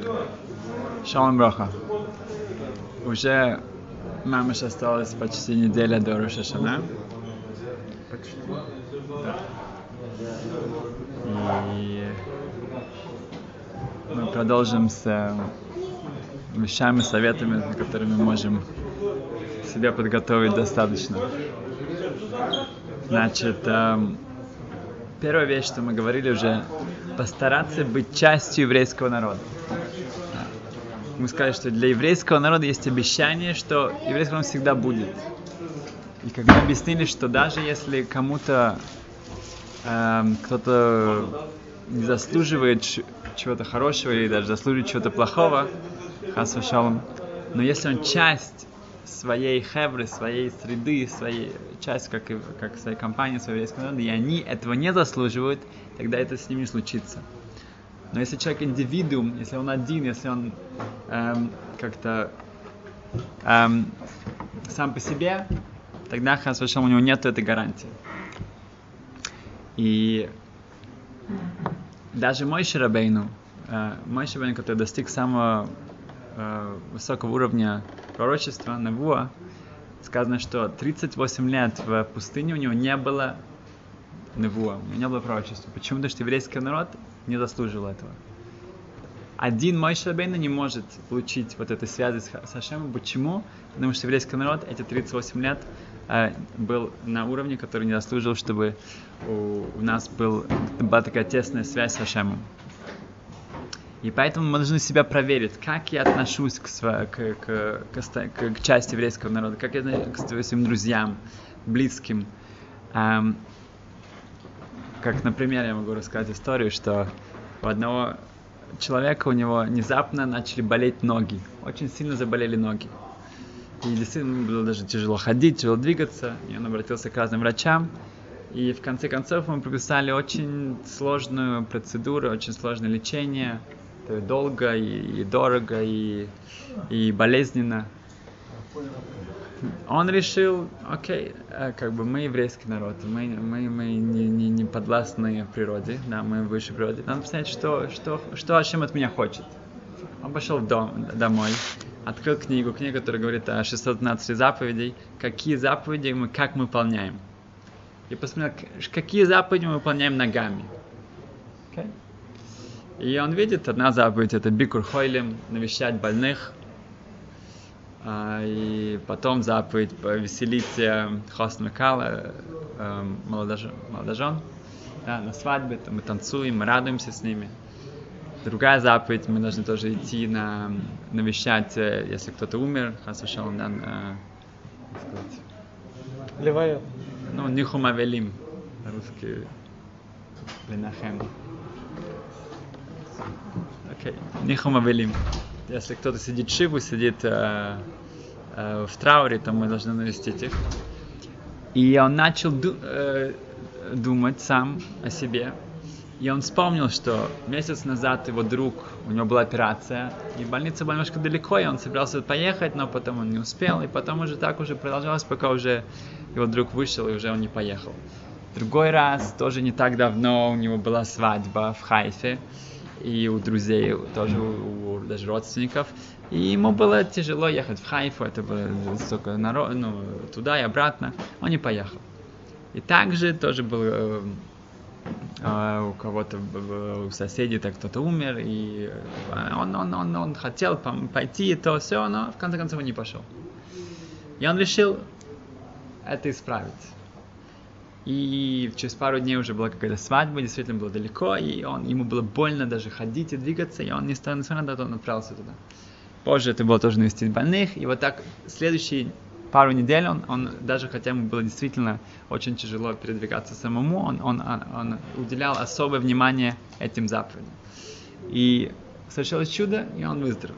Шалом броха. Уже мамаш осталась почти неделя до Рош ха-Шана. Почти. Да. И мы продолжим с вещами, советами, которыми мы можем себя подготовить достаточно. Значит, первая вещь, что мы говорили уже, постараться быть частью еврейского народа. Мы сказали, что для еврейского народа есть обещание, что еврейский народ всегда будет. И когда объяснили, что даже если кому-то кто-то не заслуживает чего-то хорошего или даже заслуживает чего-то плохого, хас вешалом, но если он часть своей хевры, своей среды, своей часть, как своей компании, своего еврейского народа, и они этого не заслуживают, тогда это с ним не случится. Но если человек индивидуум, если он один, если он как-то сам по себе, тогда хас вешалом у него нет этой гарантии. И даже Моше Рабейну, который достиг самого высокого уровня пророчества, Навуа, сказано, что 38 лет в пустыне у него не было Навуа, у него не было пророчества. Почему? Потому что еврейский народ не заслужил этого. Один Моше Рабейну не может получить вот этой связи с Хашемом. Почему? Потому что еврейский народ эти 38 лет был на уровне, который не заслужил, чтобы у нас была такая тесная связь с Хашемом. И поэтому мы должны себя проверить, как я отношусь к части еврейского народа, как я отношусь к своим друзьям, близким. Как, например, я могу рассказать историю, что у одного человека, у него внезапно начали болеть ноги, очень сильно заболели ноги. И действительно было даже тяжело ходить, тяжело двигаться, и он обратился к разным врачам. И в конце концов ему прописали очень сложную процедуру, очень сложное лечение. Это долго и дорого, и болезненно. Он решил, окей, мы еврейский народ, мы не подвластны природе, да, мы выше природы. Надо посмотреть, что Хашем от меня хочет. Он пошел домой, открыл книгу, которая говорит о 612 заповедей, какие заповеди как мы выполняем. И посмотрел, какие заповеди мы выполняем ногами. Okay? И он видит, одна заповедь это бикур хойлем, навещать больных. И потом заповедь повеселить хосн векала, молодожен, да, на свадьбе, мы танцуем, мы радуемся с ними. Другая заповедь, мы должны тоже идти навещать, если кто-то умер, хас вешалом, да, Левая. Нихум авелим, по-русски, ленахем. Окей, нихум авелим. Если кто-то сидит шиву, сидит в трауре, то мы должны навестить их. И он начал думать сам о себе. И он вспомнил, что месяц назад его друг, у него была операция, и больница была немножко далеко, и он собирался поехать, но потом он не успел, и потом уже продолжалось, пока уже его друг вышел, и уже он не поехал. Другой раз, тоже не так давно, у него была свадьба в Хайфе, и у друзей, тоже у даже родственников, и ему было тяжело ехать в Хайфу, это было столько народу, туда и обратно, он не поехал. И также тоже был у кого-то, у соседей так кто-то умер, и он хотел пойти, и то все, но в конце концов он не пошел. И он решил это исправить. И через пару дней уже была какая-то свадьба, действительно было далеко, и ему было больно даже ходить и двигаться, и он, несмотря на это, он отправился туда. Позже это было тоже навестить больных, и вот так следующие пару недель он даже хотя ему было действительно очень тяжело передвигаться самому, он уделял особое внимание этим заповедям. И совершилось чудо, и он выздоровел.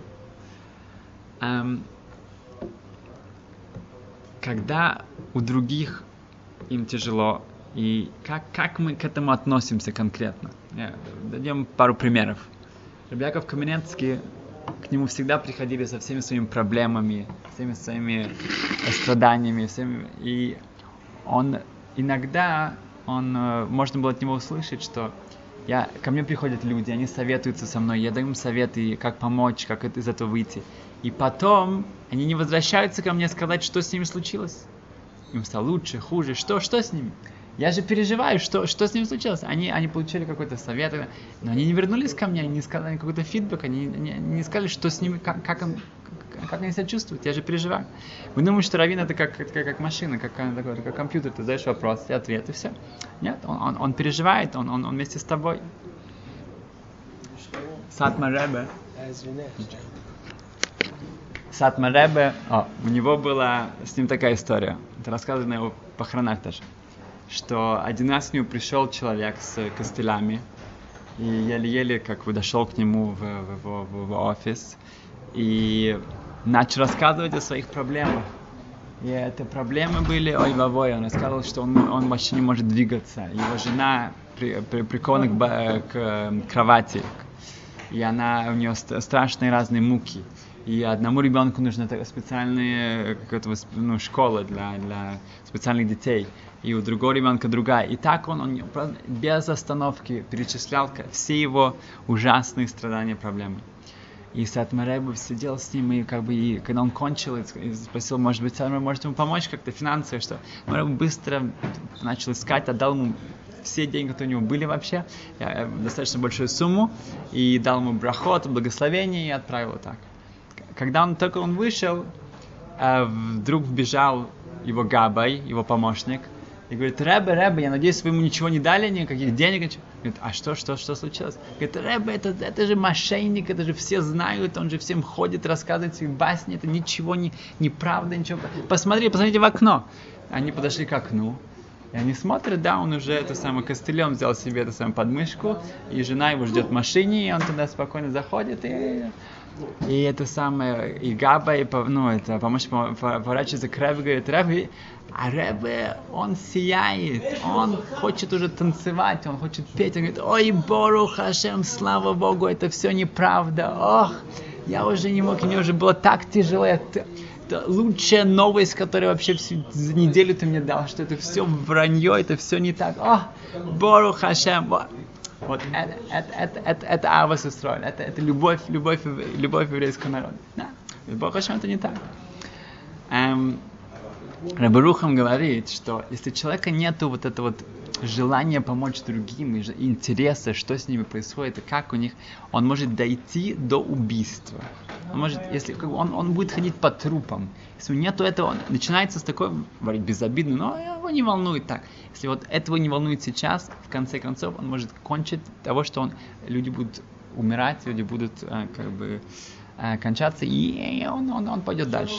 Когда у других им тяжело, и как мы к этому относимся конкретно? Дадим пару примеров. Рабби Яков Каменецкий, к нему всегда приходили со всеми своими проблемами, всеми своими страданиями, и можно было от него услышать, что Ко мне приходят люди, они советуются со мной, я даю им советы, как помочь, как из этого выйти. И потом они не возвращаются ко мне сказать, что с ними случилось. Им стало лучше, хуже, что с ними? Я же переживаю, что с ними случилось. Они получили какой-то совет, но они не вернулись ко мне, они не сказали какой-то фидбэк, они не сказали, что с ними, как они себя чувствуют. Я же переживаю. Вы думаете, что раввин это как машина, как компьютер, ты задаешь вопрос, и ответ, и все. Нет, он переживает, он вместе с тобой. Сатмар Ребе. Сатмар Ребе, у него была с ним такая история. Это рассказано его похоронах даже. Что один раз к нему пришел человек с костылями и еле-еле дошел к нему в офис и начал рассказывать о своих проблемах. И это проблемы были ой-вовой. Он рассказывал, что он вообще не может двигаться. Его жена прикована к кровати. И у нее страшные разные муки. И одному ребенку нужна специальная школа для специальных детей. И у другого ребенка другая. И так он без остановки перечислял все его ужасные страдания, проблемы. И Сатмар Ребе сидел с ним, и когда он кончил, и спросил, может быть, Сатмар может ему помочь как-то финансово, что он быстро начал искать, отдал ему все деньги, которые у него были вообще, достаточно большую сумму, и дал ему брахот, благословение, и отправил его так. Когда он вышел, вдруг вбежал его Габай, его помощник, и говорит: Ребе, я надеюсь, вы ему ничего не дали, никаких денег. Говорит: а что случилось? Говорит: Ребе, это же мошенник, это же все знают, он же всем ходит, рассказывает свои басни, это ничего не правда, ничего. Посмотрите в окно. Они подошли к окну, и они смотрят, он уже костылем взял себе подмышку, и жена его ждет в машине, и он туда спокойно заходит, и это самое, и Габа, это помощник поворачивается к Ребе, говорит: Ребе, а Ребе, он сияет, он хочет уже танцевать, он хочет петь, он говорит: ой, Борух Ашем, слава Богу, это все неправда, ох, я уже не мог, мне уже было так тяжело, это лучшая новость, которую вообще за неделю ты мне дал, что это все вранье, это все не так, ох, Борух Ашем, вот это Авас Исроэль, это любовь еврейского народа. Да, Борух Ашем, это не так. Ребе Рухам говорит, что если у человека нету этого желания помочь другим, и интереса, что с ними происходит, и как у них, он может дойти до убийства. Он может, если он будет ходить по трупам. Если нету этого, он начинается с такой, говорит, безобидно, но его не волнует так. Если этого не волнует сейчас, в конце концов, он может кончить того, что люди будут умирать, люди будут кончаться, и он пойдет дальше.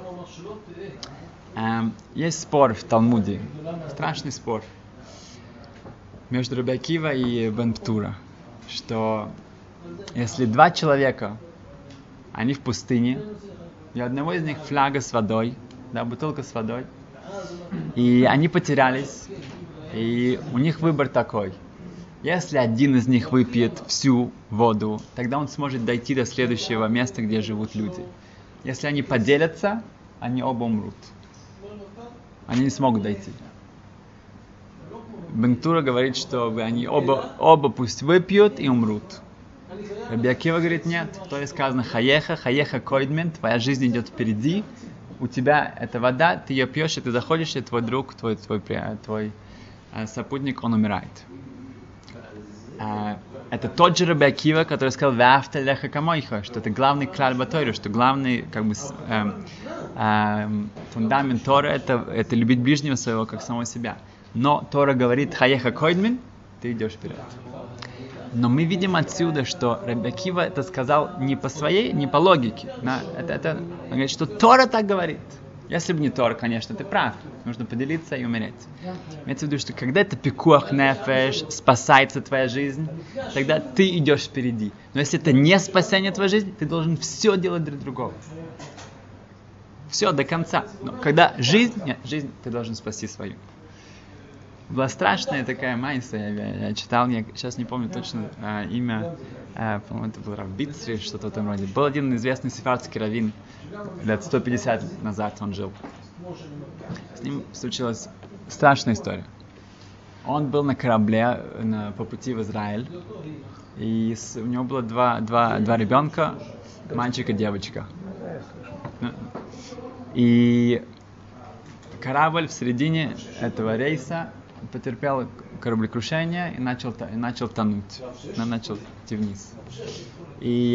Есть спор в Талмуде, страшный спор между Раби Акива и Бен Птура, что если два человека, они в пустыне, и у одного из них фляга с водой, бутылка с водой, и они потерялись, и у них выбор такой: если один из них выпьет всю воду, тогда он сможет дойти до следующего места, где живут люди. Если они поделятся, они оба умрут. Они не смогут дойти. Бен Тура говорит, что они оба пусть выпьют и умрут. Раби Акива говорит: нет, в Торе сказано: хаеха койдмен, твоя жизнь идет впереди, у тебя эта вода, ты ее пьешь, и ты заходишь, и твой друг, твой сопутник, он умирает. Это тот же Раби Акива, который сказал: ваавта леха камойха, что это главный клаль ба-Торе, что главный фундамент Торы это любить ближнего своего как самого себя. Но Тора говорит: хаеха койдмен, ты идешь вперед. Но мы видим отсюда, что Раби Акива это сказал не по логике. Он говорит, что Тора так говорит. Если бы не Тора, конечно, ты прав. Нужно поделиться и умереть. Имеется в виду, что когда это пикуах нефеш, спасается твоя жизнь, тогда ты идешь впереди. Но если это не спасение твоей жизни, ты должен все делать для другого. Все до конца. Но когда жизнь, ты должен спасти свою. Была страшная такая майса, я читал, я сейчас не помню точно имя, по-моему, это был Рав Бицри, что-то в этом роде. Был один известный сефардский раввин, лет 150 назад он жил. С ним случилась страшная история. Он был на корабле по пути в Израиль, и у него было два ребенка, мальчик и девочка. И корабль в середине этого рейса потерпел кораблекрушение и начал тонуть, начал идти вниз. И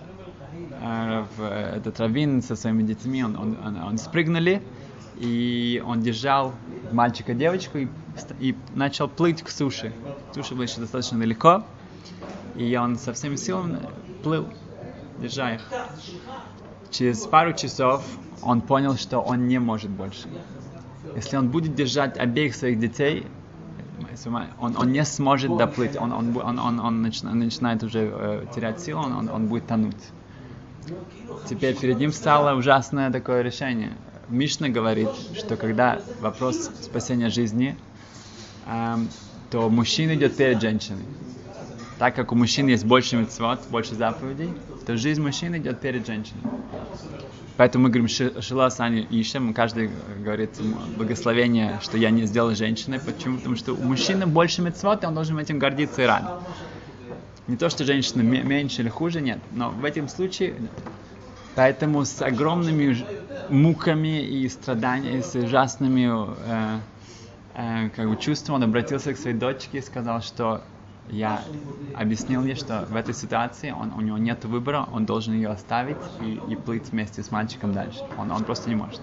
этот раввин со своими детьми, он спрыгнули, и он держал мальчика и девочку и начал плыть к суше. Суша была еще достаточно далеко, и он со всеми силами плыл, держа их. Через пару часов он понял, что он не может больше. Если он будет держать обеих своих детей, он не сможет доплыть, он начинает уже терять силу, он будет тонуть. Теперь перед ним стало ужасное такое решение. Мишна говорит, что когда вопрос спасения жизни, то мужчина идет перед женщиной. Так как у мужчин есть больше мицвот, больше заповедей, то жизнь мужчины идет перед женщиной. Поэтому мы говорим «Шила сани ишем», каждый говорит благословение, что я не сделал женщиной. Почему? Потому что у мужчины больше мицвот, и он должен этим гордиться и рад. Не то, что женщина меньше или хуже, нет. Но в этом случае, поэтому с огромными муками и страданиями, с ужасными чувствами он обратился к своей дочке и сказал, что я объяснил ей, что в этой ситуации у него нет выбора, он должен ее оставить и плыть вместе с мальчиком дальше. Он просто не может.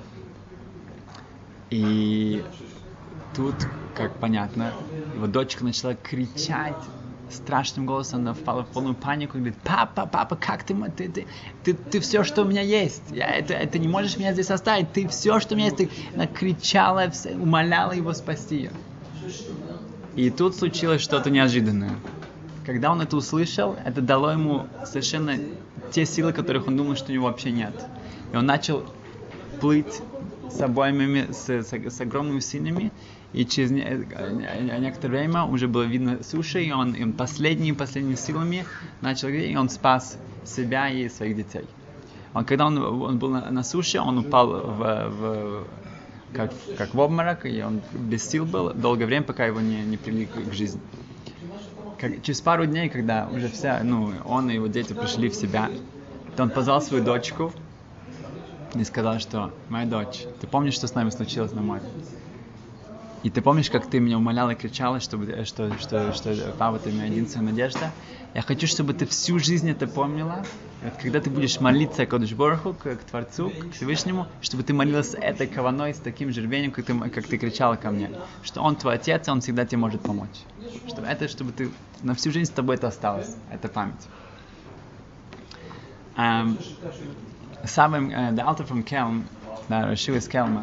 И тут, как понятно, его дочка начала кричать страшным голосом, она впала в полную панику и говорит: папа, как ты все, что у меня есть, ты не можешь меня здесь оставить, ты все, что у меня есть. Она кричала, умоляла его спасти ее. И тут случилось что-то неожиданное. Когда он это услышал, это дало ему совершенно те силы, которых он думал, что у него вообще нет. И он начал плыть с обоймами, с огромными усилиями, и через некоторое время уже было видно суши, и он последними силами начал, и он спас себя и своих детей. Когда он был на суше, он упал как в обморок, и он без сил был долгое время, пока его не привели к жизни. Через пару дней, когда уже он и его дети пришли в себя, то он позвал свою дочку и сказал, что: моя дочь, ты помнишь, что с нами случилось на море? И ты помнишь, как ты меня умоляла и кричала, что папа, ты моя единственная надежда? Я хочу, чтобы ты всю жизнь это помнила. Вот когда ты будешь молиться к Акодыш Боруху, к Творцу, к Всевышнему, чтобы ты молилась с этой каваной, с таким же рвением, как ты кричала ко мне. Что он твой отец, и он всегда тебе может помочь. Чтобы ты на всю жизнь с тобой это осталось. Это память. The Alter from Kelm, Расhu из Келма,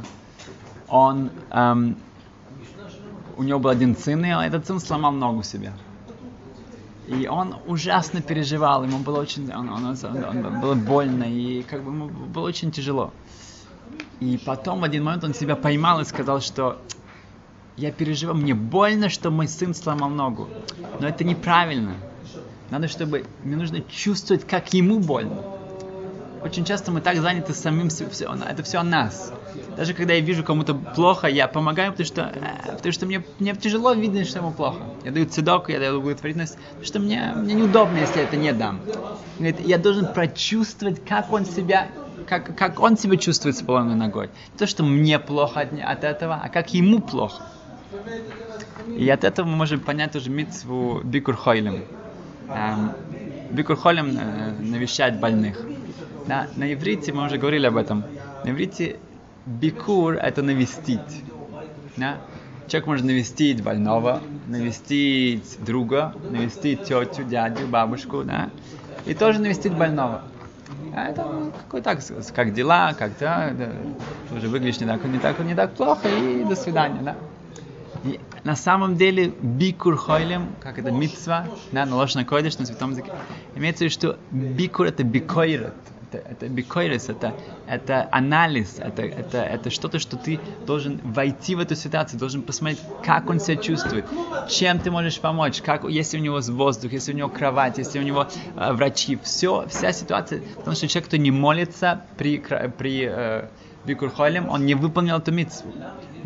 у него был один сын, и этот сын сломал ногу себе. И он ужасно переживал, ему было было больно, и ему было очень тяжело. И потом в один момент он себя поймал и сказал, что я переживаю, мне больно, что мой сын сломал ногу, но это неправильно. Мне нужно чувствовать, как ему больно. Очень часто мы так заняты самим, это все о нас. Даже когда я вижу кому-то плохо, я помогаю, потому что мне тяжело видеть, что ему плохо. Я даю цедоку, я даю благотворительность, потому что мне неудобно, если я это не дам. Я должен прочувствовать, как он себя чувствует с поломанной ногой. Не то, что мне плохо от этого, а как ему плохо. И от этого мы можем понять уже мицву Бикур Хойлем. Бикур Хойлем навещать больных. На иврите, мы уже говорили об этом, на иврите бикур — это навестить. Человек может навестить больного, навестить друга, навестить тетю, дядю, бабушку, и тоже навестить больного. Это как дела, уже выглядишь не так плохо, и до свидания. И на самом деле бикур хойлем, как это митцва, на лошадь койдеш, на святом языке, имеется в виду, что бикур — это бикойрат. Это бикойрес, это анализ, это что-то, что ты должен войти в эту ситуацию, должен посмотреть, как он себя чувствует, чем ты можешь помочь, если у него воздух, если у него кровать, если у него врачи, вся ситуация, потому что человек, кто не молится при Бикур Хойлем, он не выполнил эту мицву.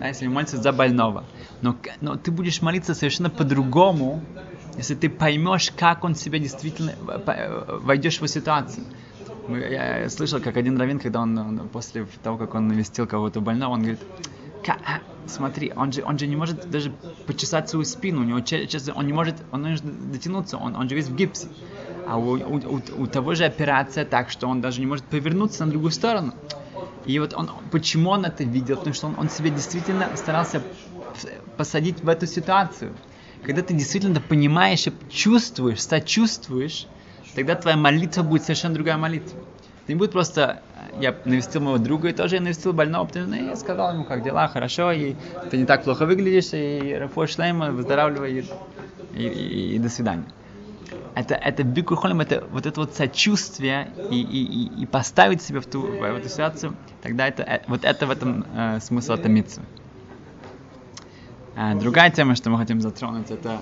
да, если мы молимся за больного. Но ты будешь молиться совершенно по-другому, если ты поймешь, как он себя действительно войдешь в ситуацию. Я слышал, как один раввин, когда он после того, как он навестил кого-то больного, он говорит: смотри, он же не может даже почесать свою спину, у него он не может дотянуться, он же весь в гипсе. А у того же операция так, что он даже не может повернуться на другую сторону. И вот почему он это видел? Потому что он себя действительно старался посадить в эту ситуацию. Когда ты действительно понимаешь и чувствуешь, сочувствуешь, тогда твоя молитва будет совершенно другая молитва. Ты не будет просто: я навестил моего друга, и тоже я навестил больного, я сказал ему, как дела, хорошо, и ты не так плохо выглядишь, и рефуа шлейма, выздоравливай, и до свидания. Это бикур холем, это вот это вот сочувствие и поставить себя в эту ситуацию, тогда это в этом смысл этой мицвы. Другая тема, что мы хотим затронуть, это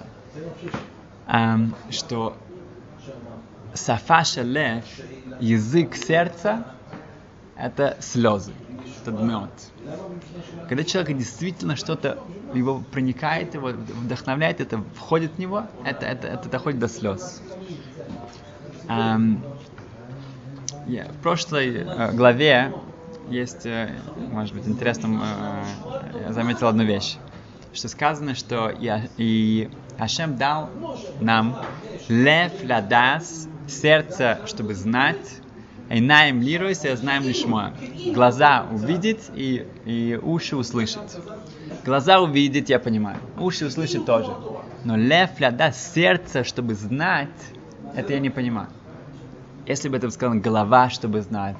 что сафа шелев, язык сердца, это слезы, это дмет. Когда человек действительно что-то его проникает, его вдохновляет, это входит в него, это доходит до слез. В прошлой главе есть, может быть, интересно, я заметил одну вещь, что сказано, что и Ашем дал нам лев ладас, сердце, чтобы знать, эйнаим лиройс, и знаем лишмо, глаза увидеть и уши услышать. Глаза увидеть, я понимаю, уши услышать тоже. Но лев ладас, сердце, чтобы знать, это я не понимаю. Если бы это сказано голова, чтобы знать,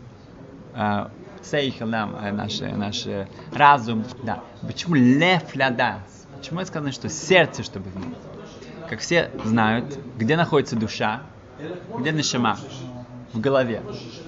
сейхел нам, наш разум, да. Почему лев ладас? Почему сказано, что сердце, чтобы знать? Как все знают, где находится душа, где нешама? В голове.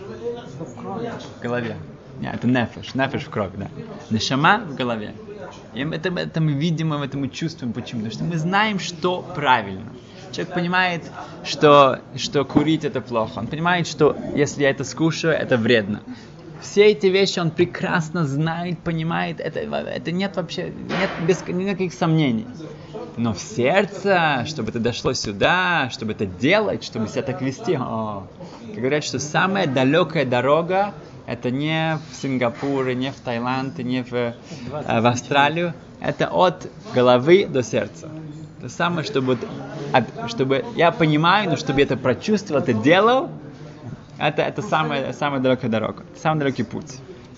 В голове. Нет, это нефеш в крови, да. Нешама в голове. И это мы видим, это мы чувствуем. Почему? Потому что мы знаем, что правильно. Человек понимает, что курить это плохо. Он понимает, что если я это скушаю, это вредно. Все эти вещи он прекрасно знает, понимает. Это нет вообще, без никаких сомнений. Но в сердце, чтобы это дошло сюда, чтобы это делать, чтобы себя так вести. Как говорят, что самая далекая дорога, это не в Сингапур, не в Таиланд, не в Австралию. Это от головы до сердца. То самое, чтобы я понимаю, но чтобы я это прочувствовал, это делал, это самая далекая дорога, самый далекий путь.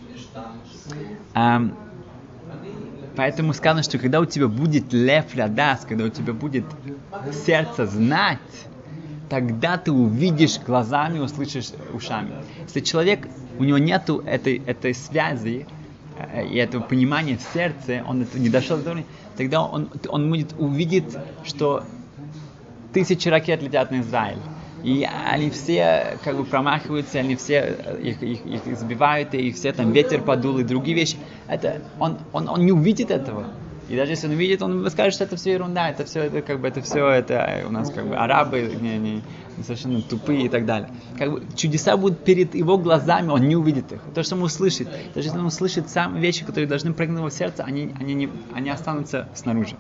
Поэтому сказано, что когда у тебя будет лев ладас, когда у тебя будет сердце знать, тогда ты увидишь глазами, услышишь ушами. Если человек, у него нету этой связи и этого понимания в сердце, он не дошел до уровня, тогда он увидит, что 1000 ракет летят на Израиль. И они все как бы промахиваются, они все их сбивают, и все там ветер подул, и другие вещи. Это он не увидит этого. И даже если он увидит, он скажет, что это все ерунда, это все у нас как бы арабы не совершенно тупые и так далее. Как бы чудеса будут перед его глазами, он не увидит их. То, что он услышит, даже если он услышит сам вещи, которые должны прыгнуть в его сердце, они останутся снаружи.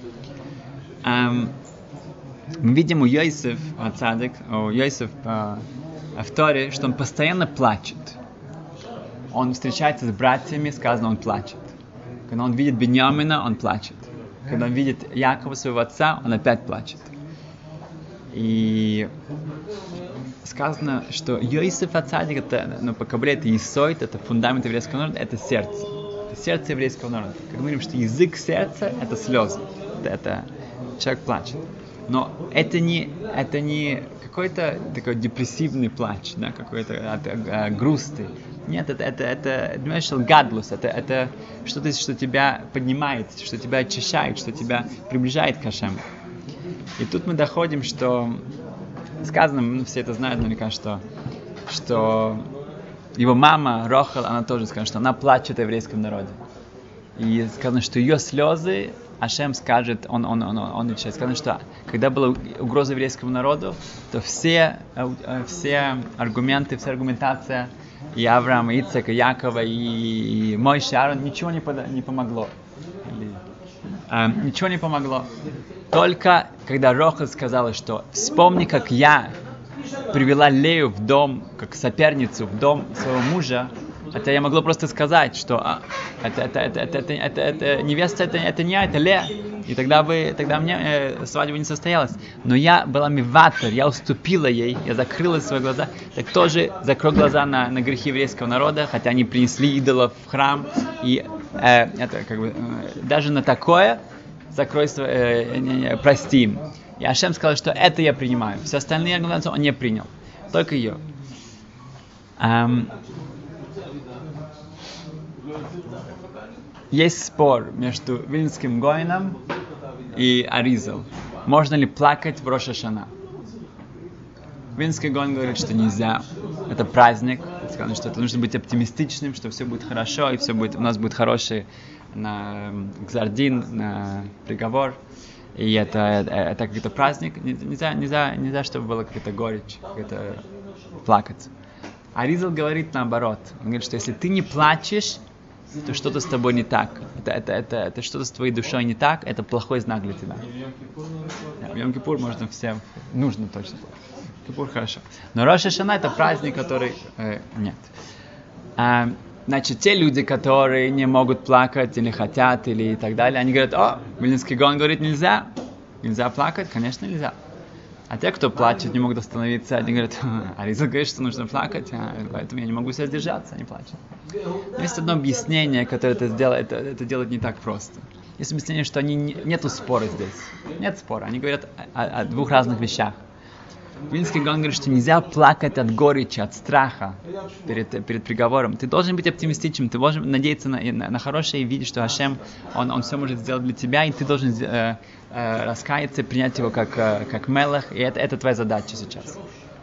Мы видим у Йосеф Цадик, у Йосеф в Торе, что он постоянно плачет. Он встречается с братьями, сказано, он плачет. Когда он видит Биньямина, он плачет. Когда он видит Якова, своего отца, он опять плачет. И сказано, что Йосеф Цадик, это, по Кабале, это Есойд, это фундамент еврейского народа, это сердце. Это сердце еврейского народа. Как мы говорим, что язык сердца, это слезы. Это человек плачет. Но это не какой-то такой депрессивный плач, да, какой-то грустный. Нет, это гадлус, это что-то, что тебя поднимает, что тебя очищает, что тебя приближает к Ашему. И тут мы доходим, что сказано, все это знают наверняка, что его мама Рохел, она тоже скажет, что она плачет в еврейском народе. И сказано, что ее слезы Ашем скажет, он отвечает, сказано, что когда была угроза еврейскому народу, то все аргументы, вся аргументация и Авраама, и Ицхака, и Якова, и Мойше, Аарон, ничего не помогло. Ничего не помогло. Только когда Рохель сказала, что вспомни, как я привела Лею в дом, как соперницу в дом своего мужа, это я могло просто сказать, что это невеста, это не я, это Лея. И тогда мне свадьба не состоялась. Но я была миватор, я уступила ей, я закрыла свои глаза. Так тоже закрой глаза на грехи еврейского народа, хотя они принесли идолов в храм. И это как бы даже на такое закрой прости им. И Ашем сказал, что это я принимаю. Все остальные аргументы он не принял. Только ее. Есть спор между Вильнским Гоином и Аризал. Можно ли плакать в Рош ха-Шана? Вильнский Гоин говорит, что нельзя. Это праздник. Сказано, что это нужно быть оптимистичным, что все будет хорошо, и все будет, у нас будет хороший гзардин, приговор. И это какой-то праздник. Нельзя, чтобы было какая-то горечь, какая-то плакать. Аризал говорит наоборот. Он говорит, что если ты не плачешь, то что-то с тобой не так. Это что-то с твоей душой не так, это плохой знак для тебя. В Йом-Кипур можно всем, нужно точно. Кипур хорошо. Но Рош ха-Шана это праздник, который нет. Значит, те люди, которые не могут плакать или хотят, или и так далее, они говорят, Вильнский Гаон говорит, нельзя плакать, конечно, нельзя. А те, кто плачет, не могут остановиться, они говорят, Аризал говорит, что нужно плакать, поэтому я не могу себя сдержаться, они плачут. Но есть одно объяснение, которое это делать не так просто. Есть объяснение, что нету спора здесь. Нет спора, они говорят о двух разных вещах. Вильнский Гаон говорит, что нельзя плакать от горечи, от страха перед приговором. Ты должен быть оптимистичным, ты должен надеяться на хорошее и видеть, что Ашем, он все может сделать для тебя, и ты должен раскаяться, принять его как мелах, и это твоя задача сейчас.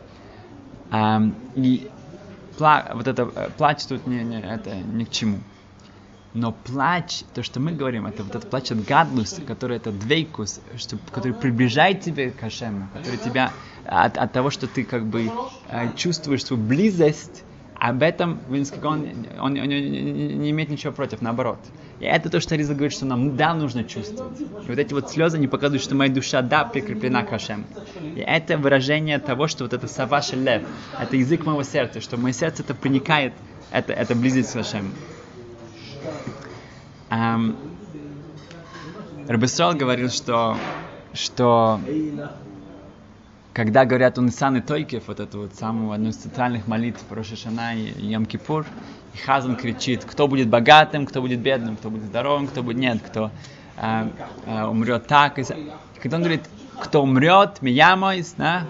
И плач тут это ни к чему. Но плач, то, что мы говорим, это вот этот плач от гадлус, который это двейкус, который приближает тебя к Ашему, который тебя от того, что ты как бы чувствуешь свою близость, об этом Вильнский Гаон, он не имеет ничего против, наоборот. И это то, что Аризал говорит, что нам нужно чувствовать. И вот эти вот слезы не показывают, что моя душа прикреплена к Ашему. И это выражение того, что вот это сава шелев, это язык моего сердца, что мое сердце это проникает, это близость к Ашему. Рабби Исраэль говорил, что когда говорят Унисан и Тойкев, вот эту вот самую одну из центральных молитв Рош ха-Шана и Йом-Кипур, и Хазан кричит, кто будет богатым, кто будет бедным, кто будет здоровым, кто будет нет, кто умрет так. И когда он говорит, кто умрет, миямойс, да?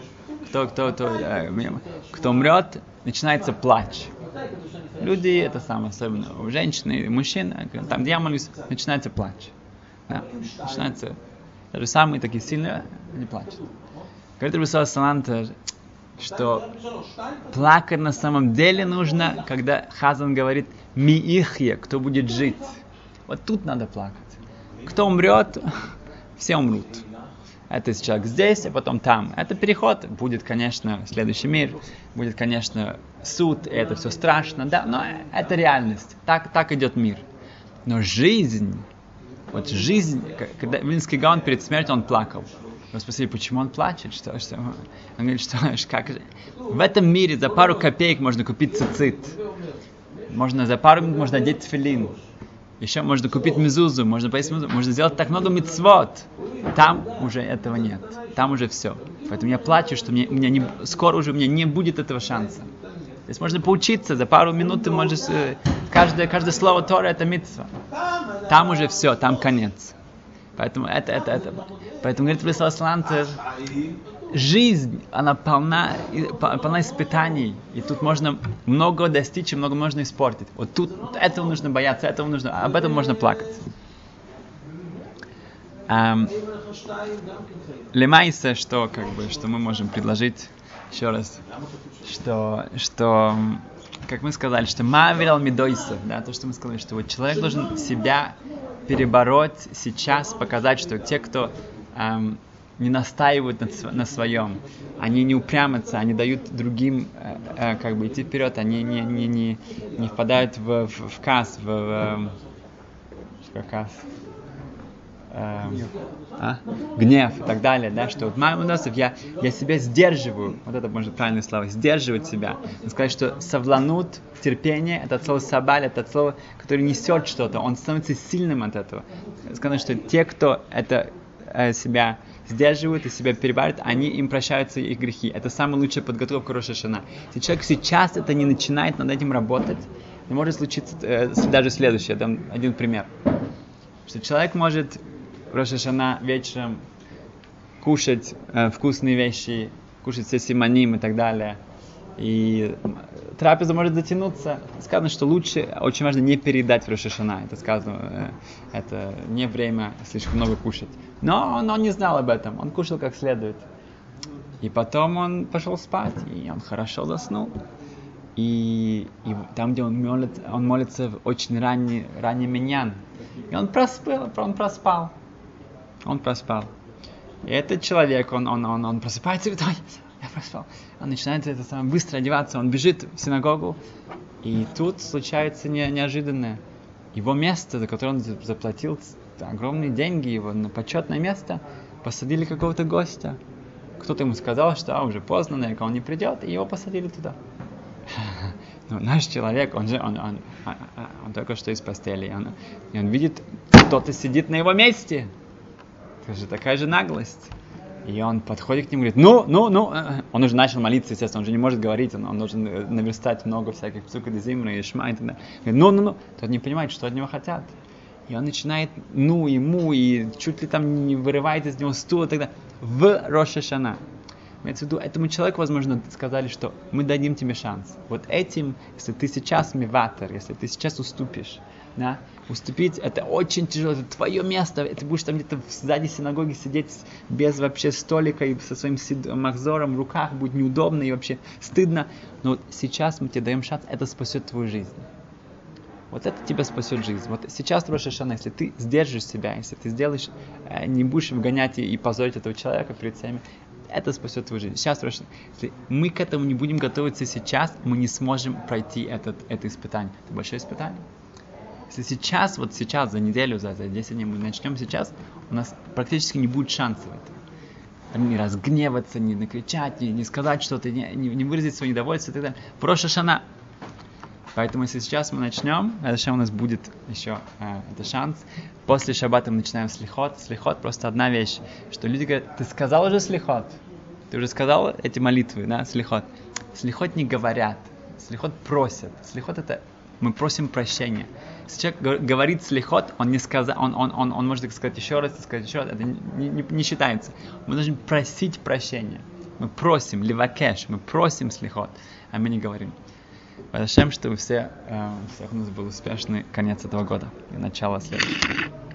Кто умрет, начинается плач. Люди, это самое, особенно у женщин и мужчин, там, где я молюсь, начинается плач. Да? Начинается, даже самые такие сильные, они плачут. Говорит Рабби Исраэль Салантер, что плакать на самом деле нужно, когда Хазан говорит «ми-ихье», кто будет жить. Вот тут надо плакать. Кто умрет, все умрут. Это человек здесь, а потом там. Это переход. Будет, конечно, следующий мир. Будет, конечно, суд. И это все страшно. Да, но это реальность. Так идет мир. Но жизнь, когда Вильнский Гаон перед смертью, он плакал. Вы спросили, почему он плачет? Он говорит, что как же? В этом мире за пару копеек можно купить цицит. За пару минут можно одеть тфилин. Еще можно купить мезузу, можно поесть мезузу, можно сделать так много мицвот. Там уже этого нет. Там уже все. Поэтому я плачу, что скоро уже у меня не будет этого шанса. То есть можно поучиться, за пару минут ты можешь... Каждое слово Тора это мицва. Там уже все, там конец. Поэтому Поэтому, говорит Рабби Исраэль Салантер, жизнь, она полна испытаний. И тут можно много достичь и много можно испортить. Вот тут этого нужно бояться, об этом можно плакать. Лемайса, что мы можем предложить еще раз, что как мы сказали, что мавирал мидойса, да, то, что мы сказали, что вот человек должен себя перебороть сейчас, показать, что те, кто не настаивают на своем, они не упрямятся, они дают другим как бы идти вперед, они не впадают в каз, гнев и так далее, да, что вот Маймоносов, я себя сдерживаю, вот это может правильное слово, сдерживать себя. Он сказать, что совланут, терпение, это слово сабаль, это слово, которое несет что-то, он становится сильным от этого. Сказано, что те, кто это себя сдерживают и себя перебарывают, им прощаются их грехи. Это самая лучшая подготовка к Рош ха-Шана. Если человек сейчас это не начинает над этим работать, не может случиться даже следующее. Я дам один пример. Что человек может в Рош ха-Шана вечером кушать вкусные вещи, кушать все симоним и так далее. И трапеза может затянуться. Сказано, что лучше, очень важно не переедать в Рош ха-Шана. Это сказано, это не время слишком много кушать. Но он не знал об этом, он кушал как следует. И потом он пошел спать, и он хорошо заснул. И там, где он молится в очень ранний миньян. И он проспал. И этот человек, он просыпается и говорит: я проспал. Он начинает быстро одеваться, он бежит в синагогу. И тут случается неожиданное. Его место, за которое он заплатил огромные деньги, его на почетное место, посадили какого-то гостя. Кто-то ему сказал, что уже поздно, наверняка он не придет, и его посадили туда. Но наш человек, он только что из постели, и он видит, кто-то сидит на его месте. Это же такая же наглость. И он подходит к нему и говорит: он уже начал молиться, естественно, он же не может говорить, он должен наверстать много всяких псука дезимра и шма и так далее. Говорит: Тот не понимает, что от него хотят. И он начинает и чуть ли там не вырывает из него стул и так далее. В Рош ха-Шана. Имеется в виду, этому человеку, возможно, сказали, что мы дадим тебе шанс. Вот этим, если ты сейчас миватер, если ты сейчас уступишь, да, уступить, это очень тяжело, это твое место, ты будешь там где-то сзади синагоги сидеть без вообще столика и со своим махзором в руках, будет неудобно и вообще стыдно. Но вот сейчас мы тебе даем шанс, это спасет твою жизнь. Вот это тебя спасет жизнь. Вот сейчас в Рош ха-Шана, если ты сдержишь себя, если ты сделаешь, не будешь вгонять и позорить этого человека перед всеми, это спасет твою жизнь. Сейчас, Рош ха-Шана, если мы к этому не будем готовиться сейчас, мы не сможем пройти это испытание. Это большое испытание. Если сейчас, за неделю, за 10 дней мы начнем сейчас, у нас практически не будет шансов этого. Не разгневаться, не накричать, не сказать что-то, не выразить свое недовольство и так далее. В Рош ха-Шана. Поэтому, если сейчас мы начнем, это у нас будет еще это шанс. После шаббата мы начинаем слихот. Слихот просто одна вещь, что люди говорят: ты сказал уже слихот? Ты уже сказал эти молитвы, да, слихот? Слихот не говорят, слихот просят. Слихот — это мы просим прощения. Если человек говорит слихот, он не сказал, он может сказать еще раз, это не считается. Мы должны просить прощения. Мы просим, ливакеш, мы просим слихот, а мы не говорим. Большем, чтобы всех у нас был успешный конец этого года и начало следующего.